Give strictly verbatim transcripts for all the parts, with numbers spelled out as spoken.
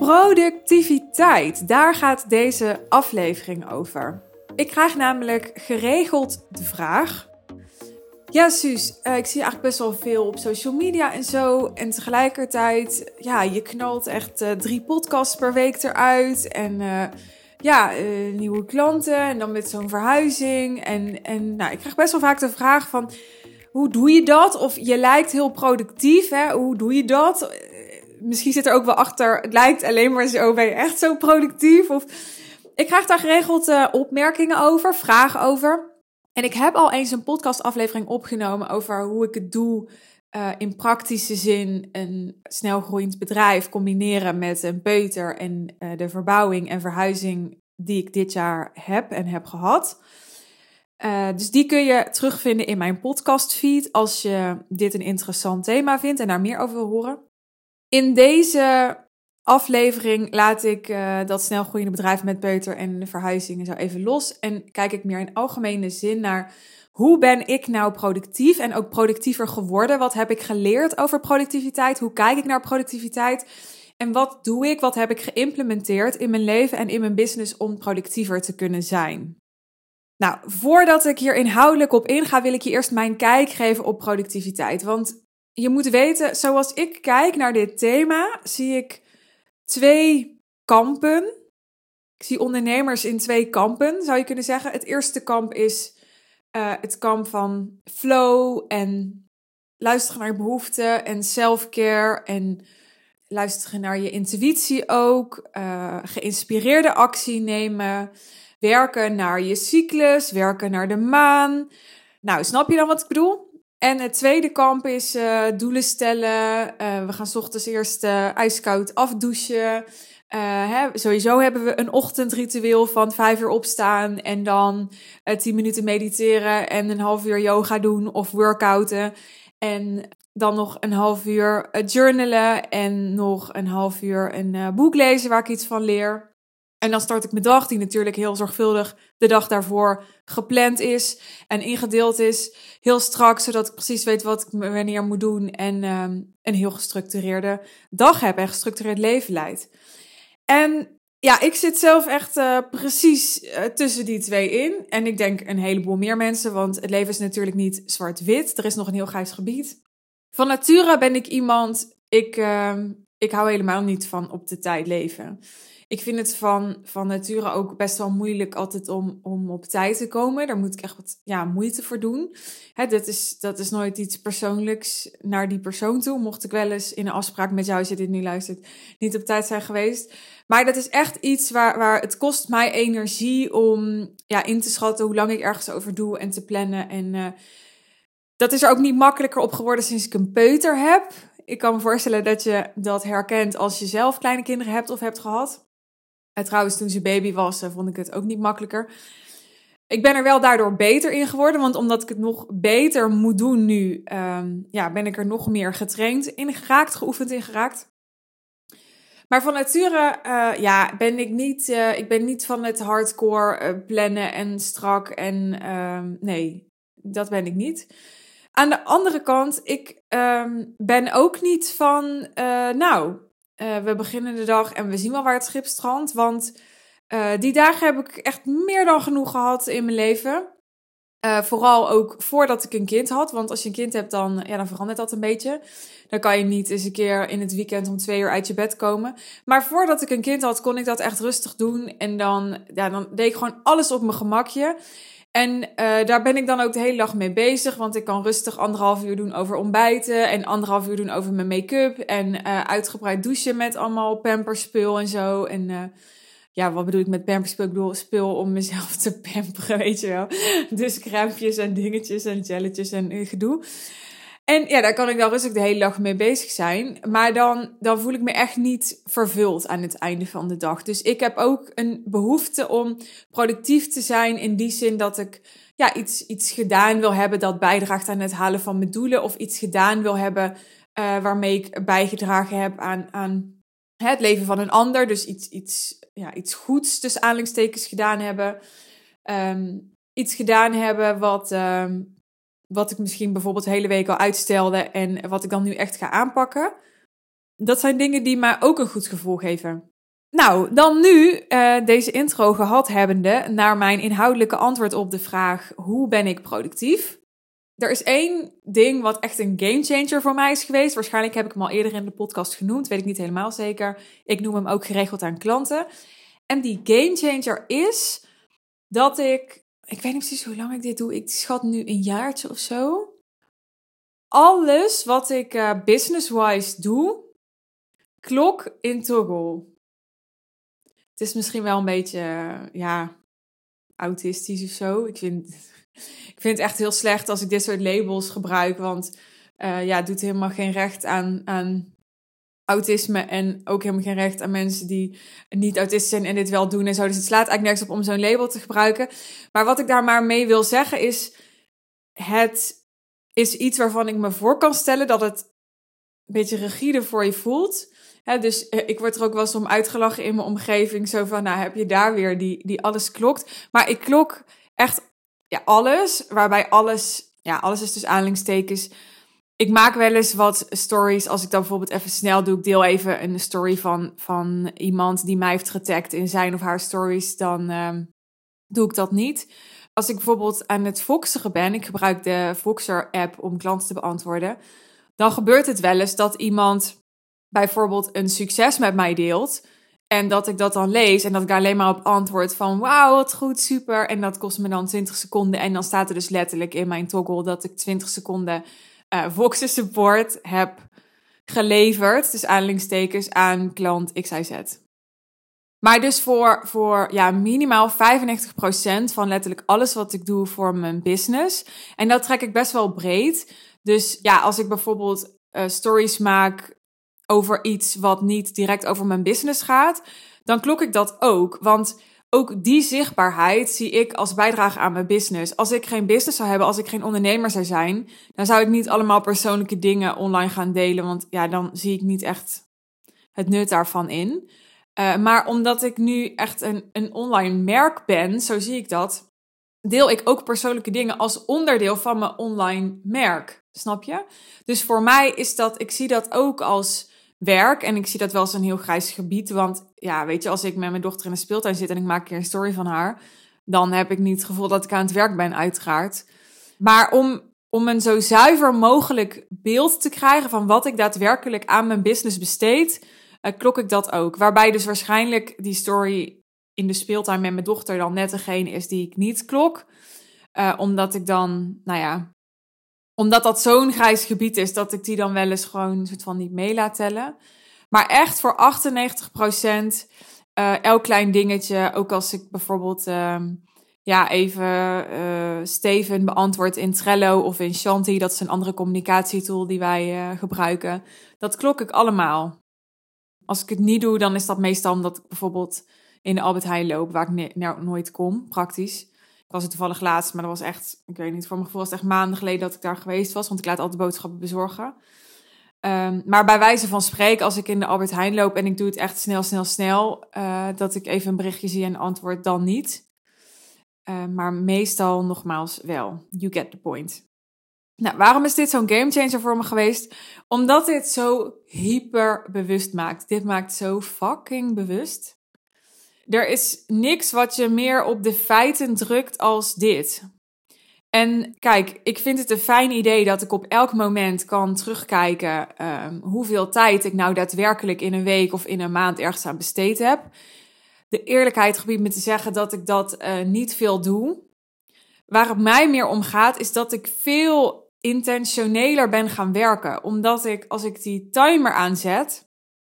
Productiviteit, daar gaat deze aflevering over. Ik krijg namelijk geregeld de vraag: ja, Suus, uh, ik zie eigenlijk best wel veel op social media en zo. En tegelijkertijd, ja, je knalt echt uh, drie podcasts per week eruit. En uh, ja, uh, nieuwe klanten en dan met zo'n verhuizing. En, en nou, ik krijg best wel vaak de vraag van: hoe doe je dat? Of je lijkt heel productief, hè? Hoe doe je dat? Misschien zit er ook wel achter, het lijkt alleen maar zo, ben je echt zo productief? Of ik krijg daar geregeld uh, opmerkingen over, vragen over. En ik heb al eens een podcastaflevering opgenomen over hoe ik het doe uh, in praktische zin een snelgroeiend bedrijf combineren met een peuter en uh, de verbouwing en verhuizing die ik dit jaar heb en heb gehad. Uh, dus die kun je terugvinden in mijn podcastfeed als je dit een interessant thema vindt en daar meer over wil horen. In deze aflevering laat ik uh, dat snelgroeiende bedrijf met peuter en de verhuizingen zo even los. En kijk ik meer in algemene zin naar hoe ben ik nou productief en ook productiever geworden? Wat heb ik geleerd over productiviteit? Hoe kijk ik naar productiviteit? En wat doe ik? Wat heb ik geïmplementeerd in mijn leven en in mijn business om productiever te kunnen zijn? Nou, voordat ik hier inhoudelijk op inga, wil ik je eerst mijn kijk geven op productiviteit. Want je moet weten, zoals ik kijk naar dit thema, zie ik twee kampen. Ik zie ondernemers in twee kampen, zou je kunnen zeggen. Het eerste kamp is uh, het kamp van flow en luisteren naar je behoeften en self-care en luisteren naar je intuïtie ook. Uh, geïnspireerde actie nemen, werken naar je cyclus, werken naar de maan. Nou, snap je dan wat ik bedoel? En het tweede kamp is uh, doelen stellen. Uh, we gaan 's ochtends eerst uh, ijskoud afdouchen. Uh, hè, sowieso hebben we een ochtendritueel van vijf uur opstaan en dan uh, tien minuten mediteren en een half uur yoga doen of workouten. En dan nog een half uur uh, journalen en nog een half uur een uh, boek lezen waar ik iets van leer. En dan start ik mijn dag, die natuurlijk heel zorgvuldig de dag daarvoor gepland is en ingedeeld is. Heel strak, zodat ik precies weet wat ik wanneer moet doen en um, een heel gestructureerde dag heb en gestructureerd leven leid. En ja, ik zit zelf echt uh, precies uh, tussen die twee in. En ik denk een heleboel meer mensen, want het leven is natuurlijk niet zwart-wit. Er is nog een heel grijs gebied. Van nature ben ik iemand, ik, uh, ik hou helemaal niet van op de tijd leven. Ik vind het van, van nature ook best wel moeilijk altijd om, om op tijd te komen. Daar moet ik echt wat ja, moeite voor doen. Hè, dat, is, dat is nooit iets persoonlijks naar die persoon toe. Mocht ik wel eens in een afspraak met jou, als je dit nu luistert, niet op tijd zijn geweest. Maar dat is echt iets waar, waar het kost mij energie om ja, in te schatten hoe lang ik ergens over doe en te plannen. En uh, dat is er ook niet makkelijker op geworden sinds ik een peuter heb. Ik kan me voorstellen dat je dat herkent als je zelf kleine kinderen hebt of hebt gehad. En trouwens, toen ze baby was, vond ik het ook niet makkelijker. Ik ben er wel daardoor beter in geworden, want omdat ik het nog beter moet doen nu, um, ja, ben ik er nog meer getraind in geraakt, geoefend in geraakt. Maar van nature, uh, ja, ben ik niet, uh, ik ben niet van het hardcore uh, plannen en strak en uh, nee, dat ben ik niet. Aan de andere kant, ik um, ben ook niet van, uh, nou... Uh, we beginnen de dag en we zien wel waar het schip strandt. Want uh, die dagen heb ik echt meer dan genoeg gehad in mijn leven. Uh, vooral ook voordat ik een kind had. Want als je een kind hebt, dan, ja, dan verandert dat een beetje. Dan kan je niet eens een keer in het weekend om twee uur uit je bed komen. Maar voordat ik een kind had, kon ik dat echt rustig doen. En dan, ja, dan deed ik gewoon alles op mijn gemakje. En uh, daar ben ik dan ook de hele dag mee bezig. Want ik kan rustig anderhalf uur doen over ontbijten. En anderhalf uur doen over mijn make-up. En uh, uitgebreid douchen met allemaal pamperspul en zo. En uh, ja, wat bedoel ik met pamperspul? Ik bedoel spul om mezelf te pamperen, weet je wel. Dus crèmpjes en dingetjes en jelletjes en uh, gedoe. En ja, daar kan ik dan rustig de hele dag mee bezig zijn. Maar dan, dan voel ik me echt niet vervuld aan het einde van de dag. Dus ik heb ook een behoefte om productief te zijn in die zin dat ik ja, iets, iets gedaan wil hebben dat bijdraagt aan het halen van mijn doelen. Of iets gedaan wil hebben uh, waarmee ik bijgedragen heb aan, aan hè, het leven van een ander. Dus iets, iets, ja, iets goeds tussen aanhalingstekens gedaan hebben. Um, iets gedaan hebben wat... Um, Wat ik misschien bijvoorbeeld de hele week al uitstelde en wat ik dan nu echt ga aanpakken. Dat zijn dingen die mij ook een goed gevoel geven. Nou, dan nu uh, deze intro gehad hebbende naar mijn inhoudelijke antwoord op de vraag: hoe ben ik productief? Er is één ding wat echt een gamechanger voor mij is geweest. Waarschijnlijk heb ik hem al eerder in de podcast genoemd, weet ik niet helemaal zeker. Ik noem hem ook geregeld aan klanten. En die gamechanger is dat ik, ik weet niet precies hoe lang ik dit doe, ik schat nu een jaartje of zo. Alles wat ik uh, business-wise doe, klok in Toggl. Het is misschien wel een beetje, uh, ja, autistisch of zo. Ik vind, ik vind het echt heel slecht als ik dit soort labels gebruik, want uh, ja, het doet helemaal geen recht aan, aan autisme en ook helemaal geen recht aan mensen die niet autistisch zijn en dit wel doen en zo. Dus het slaat eigenlijk nergens op om zo'n label te gebruiken. Maar wat ik daar maar mee wil zeggen is, het is iets waarvan ik me voor kan stellen dat het een beetje rigide voor je voelt. He, dus ik word er ook wel eens om uitgelachen in mijn omgeving. Zo van, nou heb je daar weer die, die alles klokt. Maar ik klok echt ja, alles, waarbij alles, ja, alles is dus aanhalingstekens. Ik maak wel eens wat stories, als ik dan bijvoorbeeld even snel doe, ik deel even een story van, van iemand die mij heeft getagd in zijn of haar stories, dan um, doe ik dat niet. Als ik bijvoorbeeld aan het Voxeren ben, ik gebruik de Voxer-app om klanten te beantwoorden, dan gebeurt het wel eens dat iemand bijvoorbeeld een succes met mij deelt en dat ik dat dan lees en dat ik daar alleen maar op antwoord van wauw, wat goed, super. En dat kost me dan twintig seconden en dan staat er dus letterlijk in mijn Toggl dat ik twintig seconden uh, Voxer support heb geleverd, dus aanhalingstekens aan klant X Y Z. Maar dus voor, voor ja, minimaal vijfennegentig procent van letterlijk alles wat ik doe voor mijn business. En dat trek ik best wel breed. Dus ja, als ik bijvoorbeeld uh, stories maak over iets wat niet direct over mijn business gaat, dan klok ik dat ook. Want ook die zichtbaarheid zie ik als bijdrage aan mijn business. Als ik geen business zou hebben, als ik geen ondernemer zou zijn, dan zou ik niet allemaal persoonlijke dingen online gaan delen. Want ja, dan zie ik niet echt het nut daarvan in. Uh, maar omdat ik nu echt een, een online merk ben, zo zie ik dat, deel ik ook persoonlijke dingen als onderdeel van mijn online merk. Snap je? Dus voor mij is dat, ik zie dat ook als werk en ik zie dat wel als een heel grijs gebied. Want ja, weet je, als ik met mijn dochter in de speeltuin zit en ik maak een keer een story van haar, dan heb ik niet het gevoel dat ik aan het werk ben, uiteraard. Maar om, om een zo zuiver mogelijk beeld te krijgen van wat ik daadwerkelijk aan mijn business besteed, Uh, klok ik dat ook. Waarbij dus waarschijnlijk die story in de speeltuin met mijn dochter dan net degene is die ik niet klok. Uh, omdat ik dan, nou ja, omdat dat zo'n grijs gebied is dat ik die dan wel eens gewoon een soort van niet mee laat tellen. Maar echt voor achtennegentig procent uh, elk klein dingetje. Ook als ik bijvoorbeeld uh, ja, even uh, Steven beantwoord in Trello of in Shanti. Dat is een andere communicatietool die wij uh, gebruiken. Dat klok ik allemaal. Als ik het niet doe, dan is dat meestal omdat ik bijvoorbeeld in de Albert Heijn loop, waar ik ne- ne- nooit kom, praktisch. Ik was er toevallig laatst, maar dat was echt, ik weet niet, voor mijn gevoel was het echt maanden geleden dat ik daar geweest was, want ik laat altijd boodschappen bezorgen. Um, maar bij wijze van spreken, als ik in de Albert Heijn loop en ik doe het echt snel, snel, snel, uh, dat ik even een berichtje zie en antwoord, dan niet. Uh, maar meestal nogmaals wel. You get the point. Nou, waarom is dit zo'n gamechanger voor me geweest? Omdat dit zo hyper bewust maakt. Dit maakt zo fucking bewust. Er is niks wat je meer op de feiten drukt als dit. En kijk, ik vind het een fijn idee dat ik op elk moment kan terugkijken um, hoeveel tijd ik nou daadwerkelijk in een week of in een maand ergens aan besteed heb. De eerlijkheid gebiedt me te zeggen dat ik dat uh, niet veel doe. Waar het mij meer om gaat, is dat ik veel intentioneler ben gaan werken. Omdat ik, als ik die timer aanzet,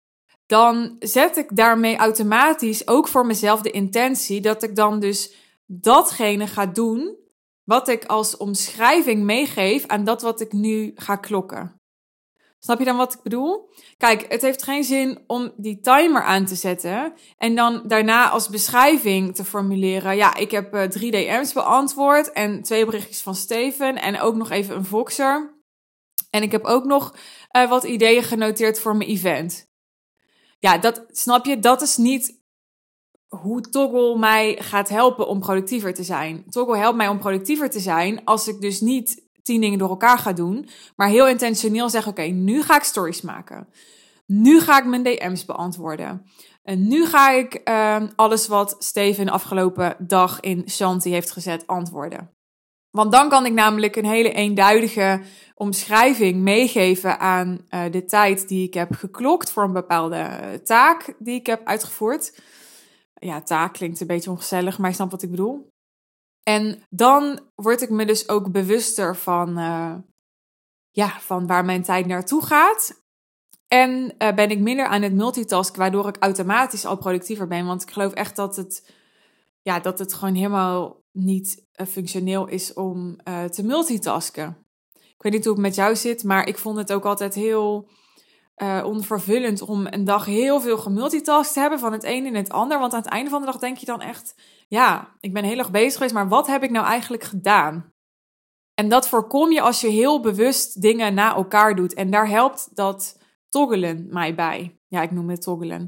dan zet ik daarmee automatisch ook voor mezelf de intentie dat ik dan dus datgene ga doen wat ik als omschrijving meegeef aan dat wat ik nu ga klokken. Snap je dan wat ik bedoel? Kijk, het heeft geen zin om die timer aan te zetten en dan daarna als beschrijving te formuleren. Ja, ik heb uh, drie D M's beantwoord en twee berichtjes van Steven en ook nog even een Voxer. En ik heb ook nog uh, wat ideeën genoteerd voor mijn event. Ja, dat snap je, dat is niet hoe Toggl mij gaat helpen om productiever te zijn. Toggl helpt mij om productiever te zijn als ik dus niet tien dingen door elkaar ga doen, maar heel intentioneel zeg, oké, okay, nu ga ik stories maken. nu ga ik mijn D M's beantwoorden. En nu ga ik uh, alles wat Steven de afgelopen dag in Shanti heeft gezet antwoorden. Want dan kan ik namelijk een hele eenduidige omschrijving meegeven aan uh, de tijd die ik heb geklokt voor een bepaalde taak die ik heb uitgevoerd. Ja, taak klinkt een beetje ongezellig, maar je snapt wat ik bedoel. En dan word ik me dus ook bewuster van, uh, ja, van waar mijn tijd naartoe gaat. En uh, ben ik minder aan het multitasken, waardoor ik automatisch al productiever ben. Want ik geloof echt dat het, ja, dat het gewoon helemaal niet uh, functioneel is om uh, te multitasken. Ik weet niet hoe het met jou zit, maar ik vond het ook altijd heel uh, onvervullend om een dag heel veel gemultitasked te hebben van het een in het ander. Want aan het einde van de dag denk je dan echt, ja, ik ben heel erg bezig geweest, maar wat heb ik nou eigenlijk gedaan? En dat voorkom je als je heel bewust dingen na elkaar doet. En daar helpt dat toggelen mij bij. Ja, ik noem het toggelen.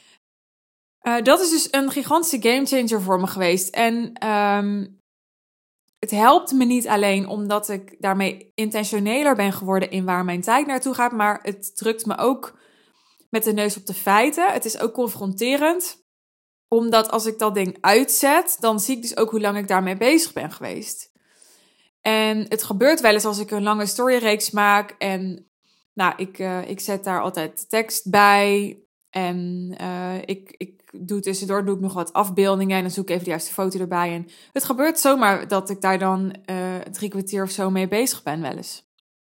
Uh, dat is dus een gigantische gamechanger voor me geweest. En um, het helpt me niet alleen omdat ik daarmee intentioneler ben geworden in waar mijn tijd naartoe gaat, maar het drukt me ook met de neus op de feiten. Het is ook confronterend, omdat als ik dat ding uitzet, dan zie ik dus ook hoe lang ik daarmee bezig ben geweest. En het gebeurt wel eens als ik een lange storyreeks maak en nou, ik, uh, ik zet daar altijd tekst bij en uh, ik, ik doe tussendoor doe ik nog wat afbeeldingen en dan zoek ik even de juiste foto erbij. En het gebeurt zomaar dat ik daar dan uh, drie kwartier of zo mee bezig ben wel eens.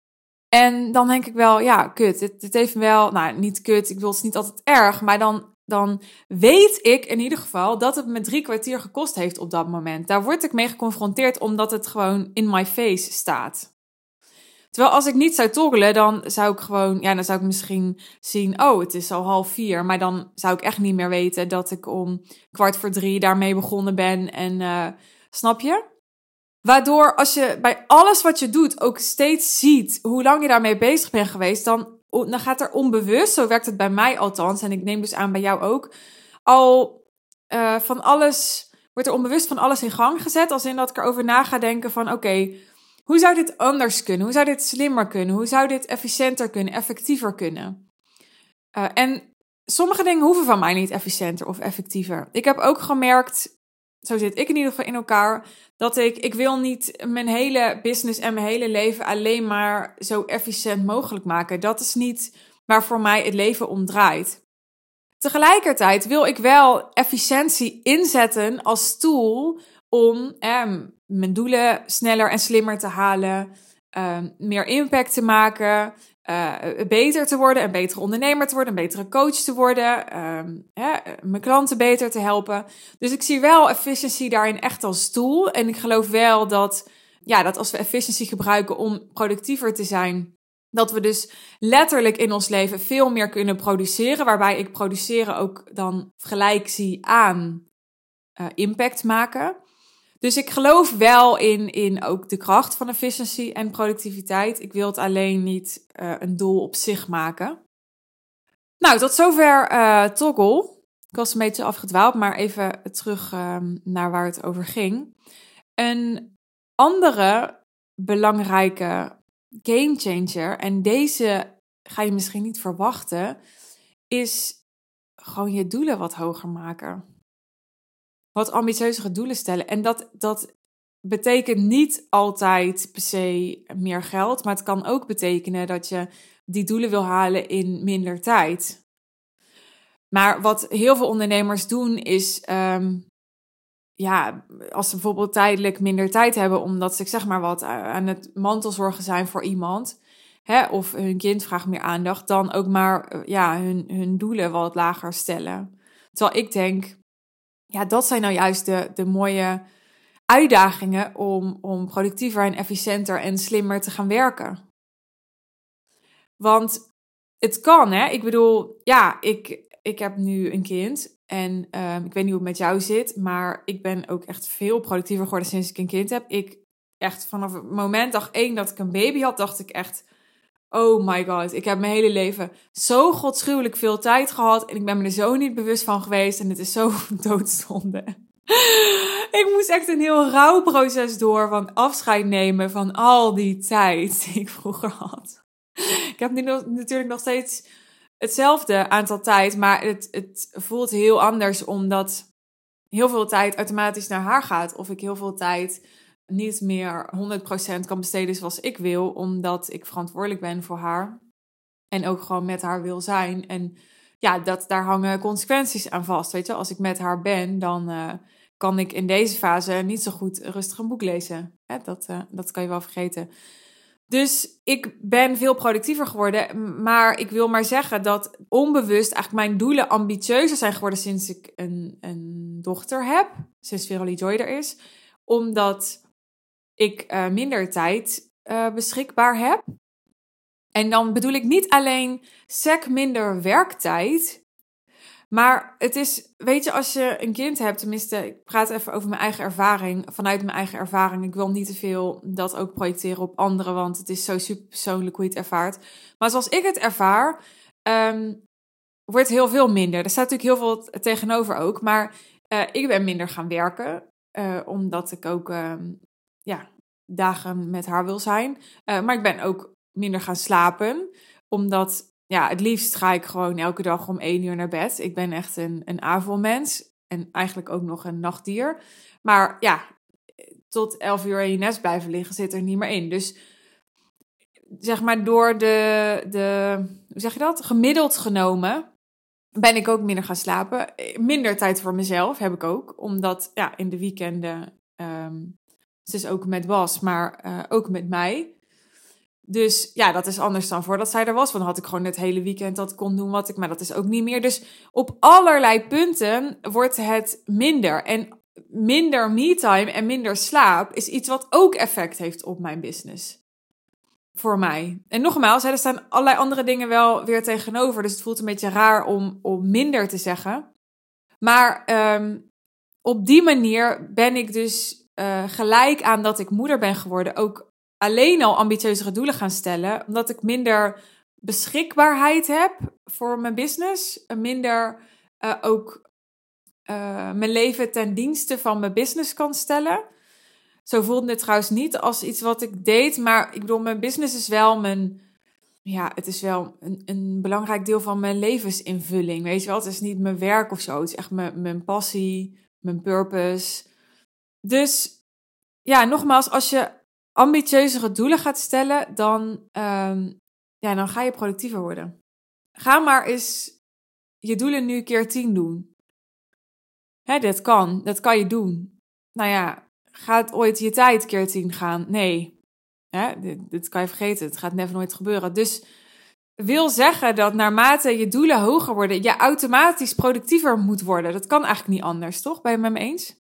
En dan denk ik wel, ja, kut, het, het heeft wel, nou niet kut, ik wil het niet altijd erg, maar dan, dan weet ik in ieder geval dat het me drie kwartier gekost heeft op dat moment. Daar word ik mee geconfronteerd omdat het gewoon in my face staat. Terwijl als ik niet zou toggelen, dan zou ik gewoon, ja, dan zou ik misschien zien, oh, het is al half vier. Maar dan zou ik echt niet meer weten dat ik om kwart voor drie daarmee begonnen ben. En uh, snap je? Waardoor als je bij alles wat je doet ook steeds ziet hoe lang je daarmee bezig bent geweest, dan, dan gaat er onbewust, zo werkt het bij mij althans, en ik neem dus aan bij jou ook, al uh, van alles, wordt er onbewust van alles in gang gezet. Als in dat ik erover na ga denken van, oké, okay, hoe zou dit anders kunnen? Hoe zou dit slimmer kunnen? Hoe zou dit efficiënter kunnen, effectiever kunnen? Uh, en sommige dingen hoeven van mij niet efficiënter of effectiever. Ik heb ook gemerkt, zo zit ik in ieder geval in elkaar, dat ik, ik wil niet mijn hele business en mijn hele leven alleen maar zo efficiënt mogelijk maken. Dat is niet waar voor mij het leven om draait. Tegelijkertijd wil ik wel efficiëntie inzetten als tool om eh, mijn doelen sneller en slimmer te halen, uh, meer impact te maken, uh, beter te worden, een betere ondernemer te worden, een betere coach te worden, uh, eh, mijn klanten beter te helpen. Dus ik zie wel efficiency daarin echt als tool. En ik geloof wel dat, ja, dat als we efficiency gebruiken om productiever te zijn, dat we dus letterlijk in ons leven veel meer kunnen produceren, waarbij ik produceren ook dan gelijk zie aan uh, impact maken. Dus ik geloof wel in, in ook de kracht van efficiency en productiviteit. Ik wil het alleen niet uh, een doel op zich maken. Nou, tot zover uh, toggle. Ik was een beetje afgedwaald, maar even terug uh, naar waar het over ging. Een andere belangrijke gamechanger, en deze ga je misschien niet verwachten, is gewoon je doelen wat hoger maken. Wat ambitieuzere doelen stellen. En dat, dat betekent niet altijd per se meer geld, maar het kan ook betekenen dat je die doelen wil halen in minder tijd. Maar wat heel veel ondernemers doen is, um, ja, als ze bijvoorbeeld tijdelijk minder tijd hebben, omdat ze, ik zeg maar wat, aan het mantelzorgen zijn voor iemand, hè, of hun kind vraagt meer aandacht, dan ook maar ja, hun, hun doelen wat lager stellen. Terwijl ik denk, ja, dat zijn nou juist de, de mooie uitdagingen om, om productiever en efficiënter en slimmer te gaan werken. Want het kan, hè. Ik bedoel, ja, ik, ik heb nu een kind en uh, ik weet niet hoe het met jou zit, maar ik ben ook echt veel productiever geworden sinds ik een kind heb. Ik echt vanaf het moment dag één dat ik een baby had, dacht ik echt, oh my god, ik heb mijn hele leven zo godschuwelijk veel tijd gehad en ik ben me er zo niet bewust van geweest en het is zo doodzonde. Ik moest echt een heel rouwproces door van afscheid nemen van al die tijd die ik vroeger had. Ik heb nu nog, natuurlijk nog steeds hetzelfde aantal tijd, maar het, het voelt heel anders omdat heel veel tijd automatisch naar haar gaat. Of ik heel veel tijd niet meer honderd procent kan besteden zoals ik wil, omdat ik verantwoordelijk ben voor haar. En ook gewoon met haar wil zijn. En ja, dat, daar hangen consequenties aan vast. Weet je, als ik met haar ben, dan uh, kan ik in deze fase niet zo goed rustig een boek lezen. Hè, dat, uh, dat kan je wel vergeten. Dus ik ben veel productiever geworden. Maar ik wil maar zeggen dat onbewust eigenlijk mijn doelen ambitieuzer zijn geworden sinds ik een, een dochter heb. Sinds Verily Joy er is. Omdat ik uh, minder tijd uh, beschikbaar heb. En dan bedoel ik niet alleen sec minder werktijd. Maar het is, weet je, als je een kind hebt, tenminste, ik praat even over mijn eigen ervaring, vanuit mijn eigen ervaring. Ik wil niet te veel dat ook projecteren op anderen, want het is zo super persoonlijk hoe je het ervaart. Maar zoals ik het ervaar, um, wordt heel veel minder. Er staat natuurlijk heel veel tegenover ook, maar uh, ik ben minder gaan werken, uh, omdat ik ook uh, ja, dagen met haar wil zijn. Uh, maar ik ben ook minder gaan slapen, omdat ja, het liefst ga ik gewoon elke dag om één uur naar bed. Ik ben echt een, een avondmens en eigenlijk ook nog een nachtdier. Maar ja, tot elf uur in je nest blijven liggen zit er niet meer in. Dus zeg maar door de, de hoe zeg je dat? Gemiddeld genomen ben ik ook minder gaan slapen. Minder tijd voor mezelf heb ik ook, omdat ja, in de weekenden, um, het is ook met Bas, maar uh, ook met mij. Dus ja, dat is anders dan voordat zij er was. Want dan had ik gewoon het hele weekend dat ik kon doen wat ik... Maar dat is ook niet meer. Dus op allerlei punten wordt het minder. En minder me-time en minder slaap is iets wat ook effect heeft op mijn business. Voor mij. En nogmaals, er staan allerlei andere dingen wel weer tegenover. Dus het voelt een beetje raar om, om minder te zeggen. Maar um, op die manier ben ik dus uh, gelijk aan dat ik moeder ben geworden ook alleen al ambitieuzere doelen gaan stellen, omdat ik minder beschikbaarheid heb voor mijn business, minder uh, ook uh, mijn leven ten dienste van mijn business kan stellen. Zo voelde het trouwens niet als iets wat ik deed, maar ik bedoel, mijn business is wel mijn, ja, het is wel een, een belangrijk deel van mijn levensinvulling, weet je wel. Het is niet mijn werk of zo, het is echt mijn, mijn passie, mijn purpose. Dus ja, nogmaals, als je ambitieuzere doelen gaat stellen, dan, um, ja, dan ga je productiever worden. Ga maar eens je doelen nu keer tien doen. Hè, dat kan, dat kan je doen. Nou ja, gaat ooit je tijd keer tien gaan? Nee, hè, dit, dit kan je vergeten, het gaat never nooit gebeuren. Dus wil zeggen dat naarmate je doelen hoger worden, je automatisch productiever moet worden. Dat kan eigenlijk niet anders, toch? Ben je het met me eens?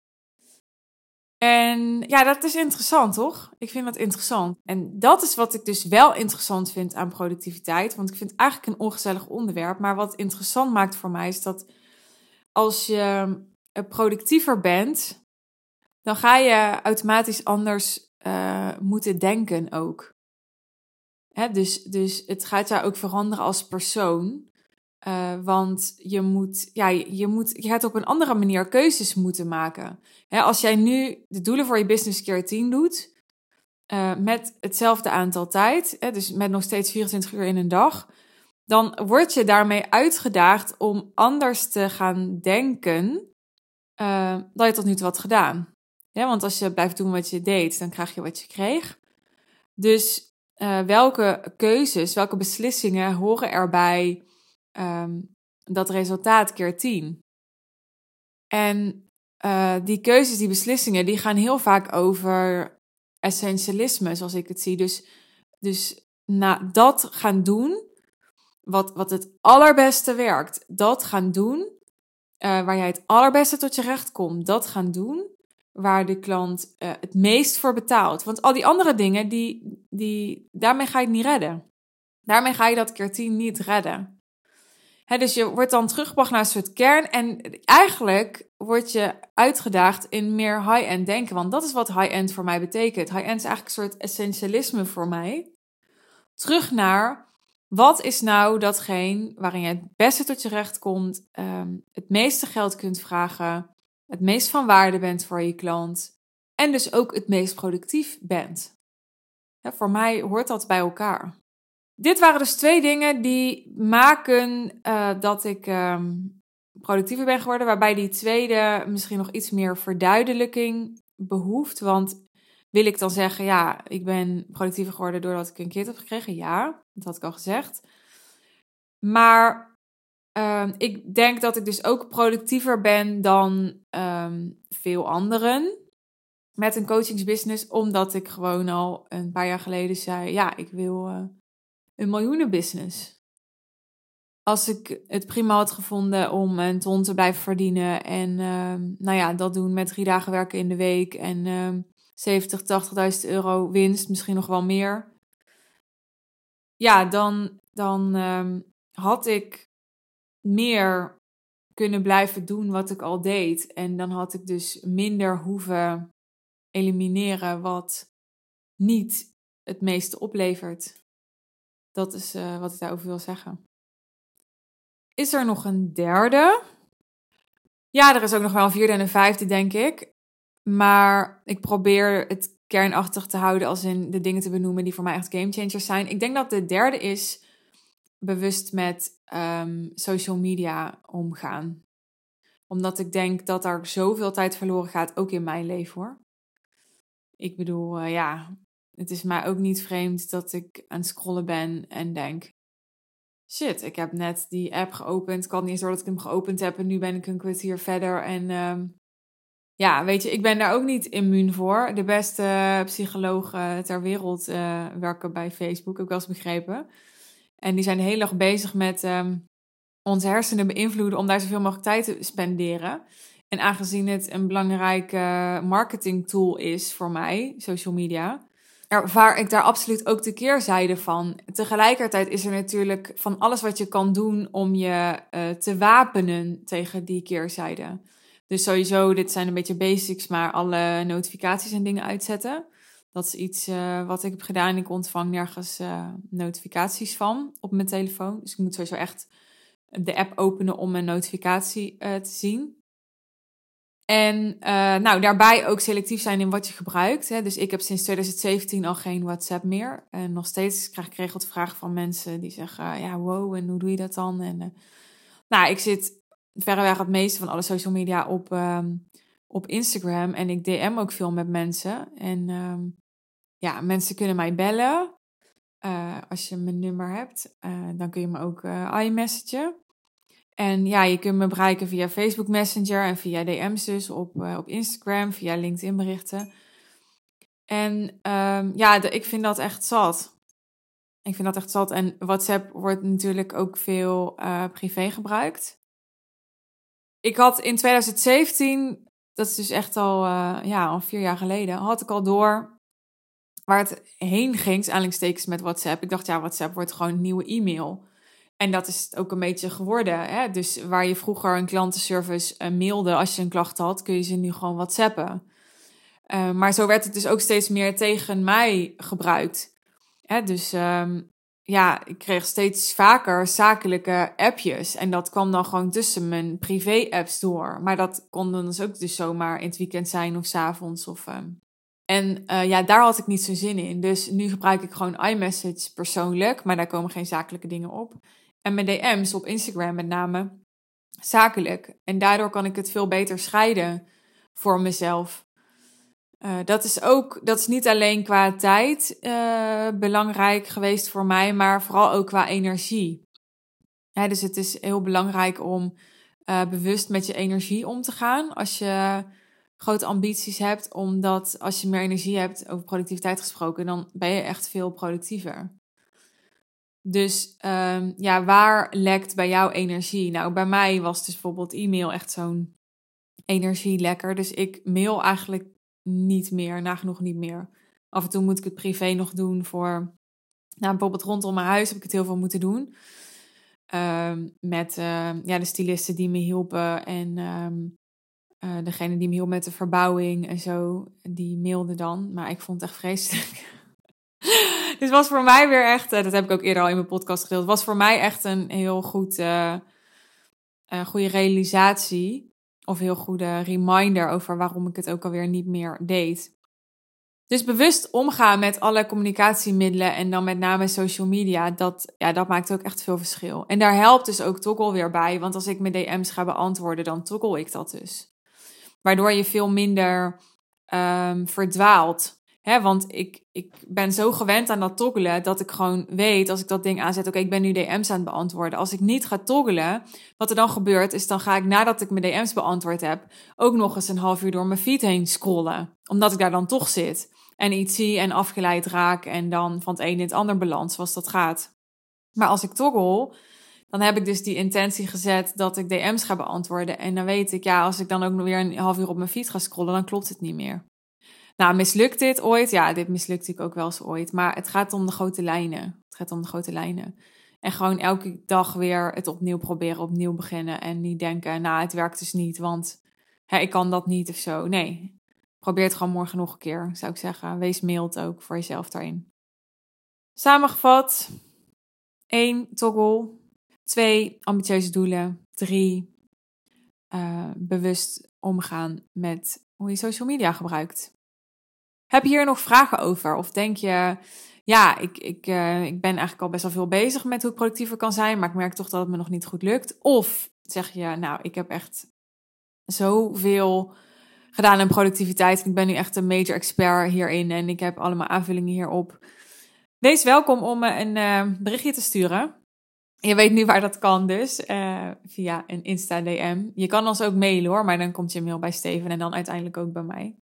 En ja, dat is interessant, toch? Ik vind dat interessant. En dat is wat ik dus wel interessant vind aan productiviteit. Want ik vind het eigenlijk een ongezellig onderwerp. Maar wat interessant maakt voor mij is dat als je productiever bent, dan ga je automatisch anders uh, moeten denken ook. Hè, dus, dus het gaat jou ook veranderen als persoon. Uh, want je moet, ja, je moet, je gaat op een andere manier keuzes moeten maken. Hè, als jij nu de doelen voor je business keer tien doet, uh, met hetzelfde aantal tijd, hè, dus met nog steeds vierentwintig uur in een dag, dan word je daarmee uitgedaagd om anders te gaan denken uh, dan je tot nu toe had gedaan. Ja, want als je blijft doen wat je deed, dan krijg je wat je kreeg. Dus uh, welke keuzes, welke beslissingen horen erbij Um, dat resultaat keer tien. En uh, die keuzes, die beslissingen, die gaan heel vaak over essentialisme, zoals ik het zie. Dus, dus na dat gaan doen, wat, wat het allerbeste werkt, dat gaan doen, uh, waar jij het allerbeste tot je recht komt, dat gaan doen, waar de klant uh, het meest voor betaalt. Want al die andere dingen, die, die, daarmee ga je het niet redden. Daarmee ga je dat keer tien niet redden. He, dus je wordt dan teruggebracht naar een soort kern en eigenlijk word je uitgedaagd in meer high-end denken. Want dat is wat high-end voor mij betekent. High-end is eigenlijk een soort essentialisme voor mij. Terug naar, wat is nou datgene waarin je het beste tot je recht komt, um, het meeste geld kunt vragen, het meest van waarde bent voor je klant en dus ook het meest productief bent. He, voor mij hoort dat bij elkaar. dit waren dus twee dingen die maken uh, dat ik um, productiever ben geworden. Waarbij die tweede misschien nog iets meer verduidelijking behoeft. Want wil ik dan zeggen, ja, ik ben productiever geworden doordat ik een kind heb gekregen? Ja, dat had ik al gezegd. Maar uh, ik denk dat ik dus ook productiever ben dan um, veel anderen met een coachingsbusiness. Omdat ik gewoon al een paar jaar geleden zei, ja, ik wil uh, een miljoenenbusiness. Als ik het prima had gevonden om een ton te blijven verdienen en uh, nou ja, dat doen met drie dagen werken in de week en uh, zeventig, tachtigduizend euro winst, misschien nog wel meer. Ja, dan, dan um, had ik meer kunnen blijven doen wat ik al deed. En dan had ik dus minder hoeven elimineren wat niet het meeste oplevert. Dat is uh, wat ik daarover wil zeggen. Is er nog een derde? Ja, er is ook nog wel een vierde en een vijfde, denk ik. Maar ik probeer het kernachtig te houden als in de dingen te benoemen die voor mij echt gamechangers zijn. Ik denk dat de derde is bewust met um, social media omgaan. Omdat ik denk dat er zoveel tijd verloren gaat, ook in mijn leven hoor. Ik bedoel, uh, ja, het is mij ook niet vreemd dat ik aan het scrollen ben en denk, shit, ik heb net die app geopend. Ik had niet eens door dat ik hem geopend heb en nu ben ik een kwartier verder. En um, ja, weet je, ik ben daar ook niet immuun voor. De beste psychologen ter wereld uh, werken bij Facebook, heb ik wel eens begrepen. En die zijn de hele dag bezig met um, onze hersenen beïnvloeden om daar zoveel mogelijk tijd te spenderen. En aangezien het een belangrijke marketingtool is voor mij, social media, ervaar ik daar absoluut ook de keerzijde van. Tegelijkertijd is er natuurlijk van alles wat je kan doen om je uh, te wapenen tegen die keerzijde. Dus sowieso, dit zijn een beetje basics, maar alle notificaties en dingen uitzetten. Dat is iets uh, wat ik heb gedaan. Ik ontvang nergens uh, notificaties van op mijn telefoon. Dus ik moet sowieso echt de app openen om een notificatie uh, te zien. En uh, nou, daarbij ook selectief zijn in wat je gebruikt. Hè. Dus ik heb sinds twintig zeventien al geen WhatsApp meer. En nog steeds krijg ik geregeld vragen van mensen die zeggen, uh, ja, wow, en hoe doe je dat dan? En uh, nou, ik zit verreweg het meeste van alle social media op, um, op Instagram. En ik D M ook veel met mensen. En um, ja, mensen kunnen mij bellen. Uh, als je mijn nummer hebt, uh, dan kun je me ook uh, iMessagen. En ja, je kunt me bereiken via Facebook Messenger en via D M's dus op, uh, op Instagram, via LinkedIn berichten. En um, ja, de, ik vind dat echt zat. Ik vind dat echt zat. En WhatsApp wordt natuurlijk ook veel uh, privé gebruikt. Ik had in twintig zeventien, dat is dus echt al, uh, ja, al vier jaar geleden, had ik al door waar het heen ging, aanhalingstekens met WhatsApp. Ik dacht, ja, WhatsApp wordt gewoon een nieuwe e-mail. En dat is het ook een beetje geworden. Hè? Dus waar je vroeger een klantenservice uh, mailde als je een klacht had, kun je ze nu gewoon WhatsAppen. Uh, maar zo werd het dus ook steeds meer tegen mij gebruikt. Hè? Dus um, ja, ik kreeg steeds vaker zakelijke appjes. En dat kwam dan gewoon tussen mijn privé-apps door. Maar dat kon dan dus ook dus zomaar in het weekend zijn of 's avonds. Of, um... En uh, ja, daar had ik niet zo'n zin in. Dus nu gebruik ik gewoon iMessage persoonlijk. Maar daar komen geen zakelijke dingen op. En mijn D M's op Instagram met name zakelijk. En daardoor kan ik het veel beter scheiden voor mezelf. Uh, dat is ook, dat is niet alleen qua tijd uh, belangrijk geweest voor mij, maar vooral ook qua energie. Ja, dus het is heel belangrijk om uh, bewust met je energie om te gaan als je grote ambities hebt. Omdat als je meer energie hebt, over productiviteit gesproken, dan ben je echt veel productiever. Dus um, ja, waar lekt bij jou energie? Nou, bij mij was dus bijvoorbeeld e-mail echt zo'n energielekker. Dus ik mail eigenlijk niet meer, nagenoeg niet meer. Af en toe moet ik het privé nog doen voor, nou, bijvoorbeeld rondom mijn huis heb ik het heel veel moeten doen. Um, met uh, ja, de stylisten die me hielpen en um, uh, degene die me hielp met de verbouwing en zo, die mailde dan. Maar ik vond het echt vreselijk. Dus was voor mij weer echt, dat heb ik ook eerder al in mijn podcast gedeeld, was voor mij echt een heel goed, uh, uh, goede realisatie of heel goede reminder over waarom ik het ook alweer niet meer deed. Dus bewust omgaan met alle communicatiemiddelen en dan met name social media, dat, ja, dat maakt ook echt veel verschil. En daar helpt dus ook Toggl weer bij, want als ik mijn D M's ga beantwoorden, dan toggle ik dat dus. Waardoor je veel minder um, verdwaalt. Hè, want ik, ik ben zo gewend aan dat toggelen dat ik gewoon weet, als ik dat ding aanzet, oké, okay, ik ben nu D M's aan het beantwoorden. Als ik niet ga toggelen, wat er dan gebeurt, is dan ga ik nadat ik mijn D M's beantwoord heb, ook nog eens een half uur door mijn feed heen scrollen. Omdat ik daar dan toch zit. En iets zie en afgeleid raak en dan van het een in het ander beland, zoals dat gaat. Maar als ik toggle, dan heb ik dus die intentie gezet dat ik D M's ga beantwoorden. En dan weet ik, ja, als ik dan ook nog weer een half uur op mijn feed ga scrollen, dan klopt het niet meer. Nou, mislukt dit ooit? Ja, dit mislukt ik ook wel eens ooit. Maar het gaat om de grote lijnen. Het gaat om de grote lijnen. En gewoon elke dag weer het opnieuw proberen, opnieuw beginnen. En niet denken, nou, het werkt dus niet, want hè, ik kan dat niet of zo. Nee, probeer het gewoon morgen nog een keer, zou ik zeggen. Wees mild ook voor jezelf daarin. Samengevat. één. Toggl. twee. Ambitieuze doelen. drie. Uh, bewust omgaan met hoe je social media gebruikt. Heb je hier nog vragen over? Of denk je, ja, ik, ik, uh, ik ben eigenlijk al best wel veel bezig met hoe ik productiever kan zijn, maar ik merk toch dat het me nog niet goed lukt. Of zeg je, nou, ik heb echt zoveel gedaan aan productiviteit en ik ben nu echt een major expert hierin en ik heb allemaal aanvullingen hierop. Wees welkom om me een uh, berichtje te sturen. Je weet nu waar dat kan dus, uh, via een Insta-D M. Je kan ons ook mailen hoor, maar dan komt je mail bij Steven en dan uiteindelijk ook bij mij.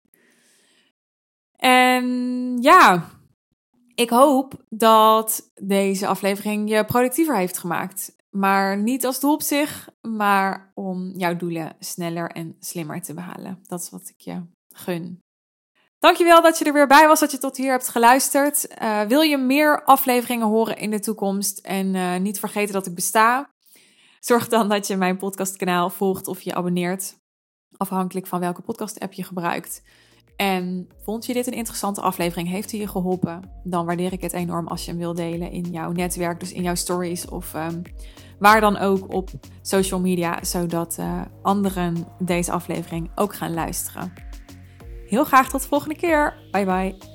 En ja, ik hoop dat deze aflevering je productiever heeft gemaakt. Maar niet als doel op zich, maar om jouw doelen sneller en slimmer te behalen. Dat is wat ik je gun. Dankjewel dat je er weer bij was, dat je tot hier hebt geluisterd. Uh, wil je meer afleveringen horen in de toekomst en uh, niet vergeten dat ik besta? Zorg dan dat je mijn podcastkanaal volgt of je abonneert. Afhankelijk van welke podcast-app je gebruikt. En vond je dit een interessante aflevering? Heeft hij je geholpen? Dan waardeer ik het enorm als je hem wil delen in jouw netwerk. Dus in jouw stories of um, waar dan ook op social media. Zodat uh, anderen deze aflevering ook gaan luisteren. Heel graag tot de volgende keer. Bye bye.